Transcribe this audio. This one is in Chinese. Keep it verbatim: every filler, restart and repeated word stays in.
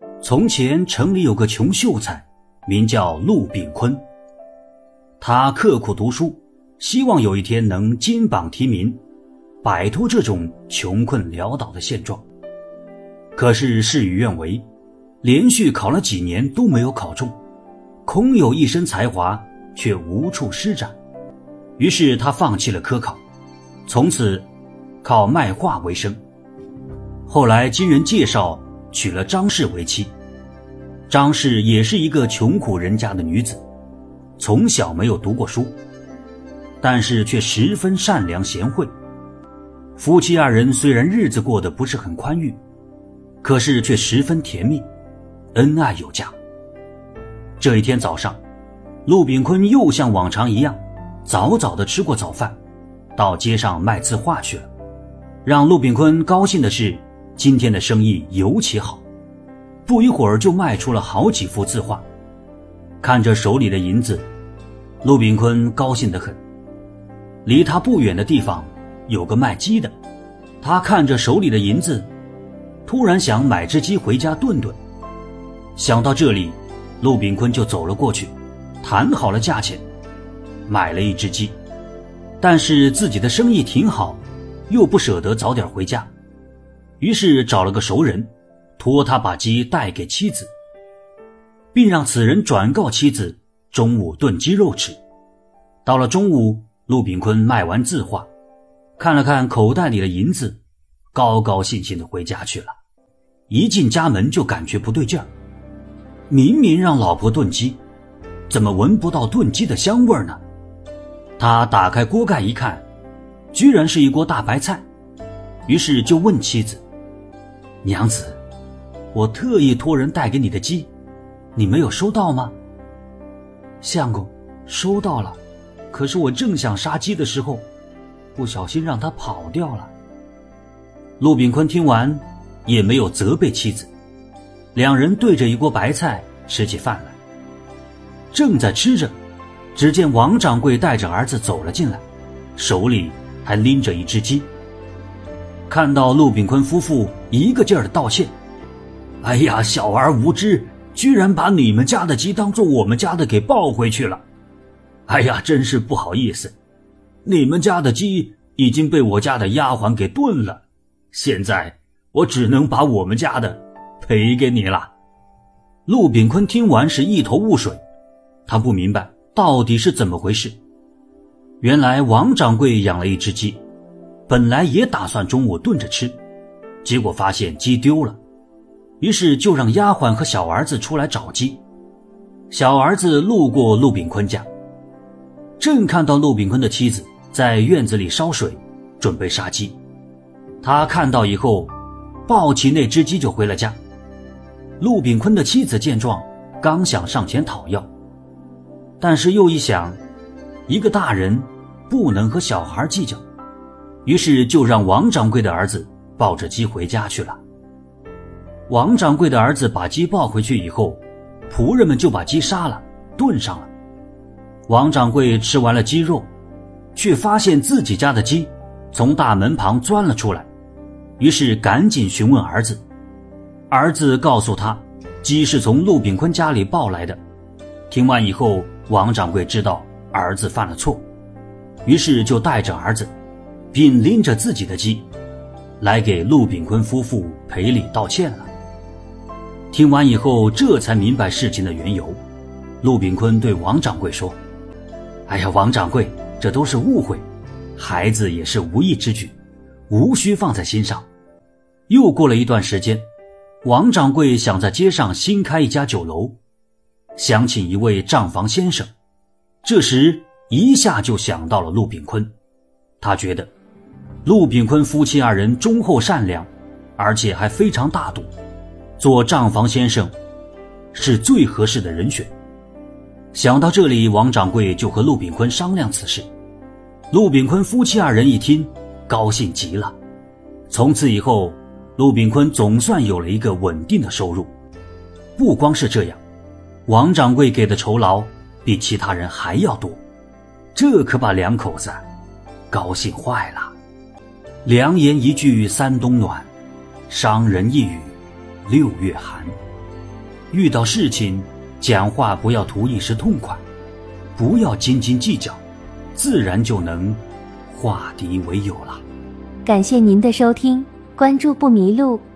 从前城里有个穷秀才，名叫陆炳坤。他刻苦读书，希望有一天能金榜题名，摆脱这种穷困潦倒的现状。可是事与愿违，连续考了几年都没有考中，空有一身才华却无处施展。于是他放弃了科考，从此靠卖画为生。后来经人介绍，娶了张氏为妻。张氏也是一个穷苦人家的女子，从小没有读过书，但是却十分善良贤惠。夫妻二人虽然日子过得不是很宽裕，可是却十分甜蜜，恩爱有加。这一天早上，陆炳坤又像往常一样早早地吃过早饭，到街上卖字画去了。让陆炳坤高兴的是，今天的生意尤其好，不一会儿就卖出了好几幅字画。看着手里的银子，陆炳坤高兴得很。离他不远的地方有个卖鸡的，他看着手里的银子，突然想买只鸡回家炖炖。想到这里，陆炳坤就走了过去，谈好了价钱，买了一只鸡。但是自己的生意挺好，又不舍得早点回家，于是找了个熟人，托他把鸡带给妻子，并让此人转告妻子中午炖鸡肉吃。到了中午，陆炳坤卖完字画，看了看口袋里的银子，高高兴兴地回家去了。一进家门就感觉不对劲儿，明明让老婆炖鸡，怎么闻不到炖鸡的香味呢？他打开锅盖一看，居然是一锅大白菜，于是就问妻子：娘子，我特意托人带给你的鸡，你没有收到吗？相公，收到了，可是我正想杀鸡的时候，不小心让它跑掉了。陆炳坤听完也没有责备妻子，两人对着一锅白菜吃起饭来。正在吃着，只见王掌柜带着儿子走了进来，手里还拎着一只鸡。看到陆炳坤夫妇一个劲儿的道歉：哎呀，小儿无知，居然把你们家的鸡当作我们家的给抱回去了。哎呀，真是不好意思，你们家的鸡已经被我家的丫鬟给炖了，现在我只能把我们家的赔给你了。陆炳坤听完是一头雾水，他不明白到底是怎么回事。原来王掌柜养了一只鸡，本来也打算中午炖着吃，结果发现鸡丢了，于是就让丫鬟和小儿子出来找鸡。小儿子路过陆炳坤家，正看到陆炳坤的妻子在院子里烧水，准备杀鸡。他看到以后，抱起那只鸡就回了家。陆炳坤的妻子见状，刚想上前讨要，但是又一想，一个大人不能和小孩计较，于是就让王掌柜的儿子抱着鸡回家去了。王掌柜的儿子把鸡抱回去以后，仆人们就把鸡杀了，炖上了。王掌柜吃完了鸡肉，却发现自己家的鸡从大门旁钻了出来，于是赶紧询问儿子。儿子告诉他，鸡是从陆炳坤家里抱来的。听完以后，王掌柜知道儿子犯了错，于是就带着儿子，并拎着自己的鸡，来给陆炳坤夫妇赔礼道歉了。听完以后，这才明白事情的缘由。陆炳坤对王掌柜说：哎呀，王掌柜，这都是误会，孩子也是无意之举，无需放在心上。又过了一段时间，王掌柜想在街上新开一家酒楼，想请一位账房先生。这时一下就想到了陆炳坤，他觉得陆炳坤夫妻二人忠厚善良，而且还非常大度，做账房先生是最合适的人选。想到这里，王掌柜就和陆炳坤商量此事。陆炳坤夫妻二人一听，高兴极了。从此以后，陆炳坤总算有了一个稳定的收入。不光是这样，王掌柜给的酬劳比其他人还要多，这可把两口子高兴坏了。良言一句三冬暖，伤人一语六月寒。 遇到事情讲话不要图一时痛快，不要斤斤计较，自然就能化敌为友了。 感谢您的收听，关注不迷路，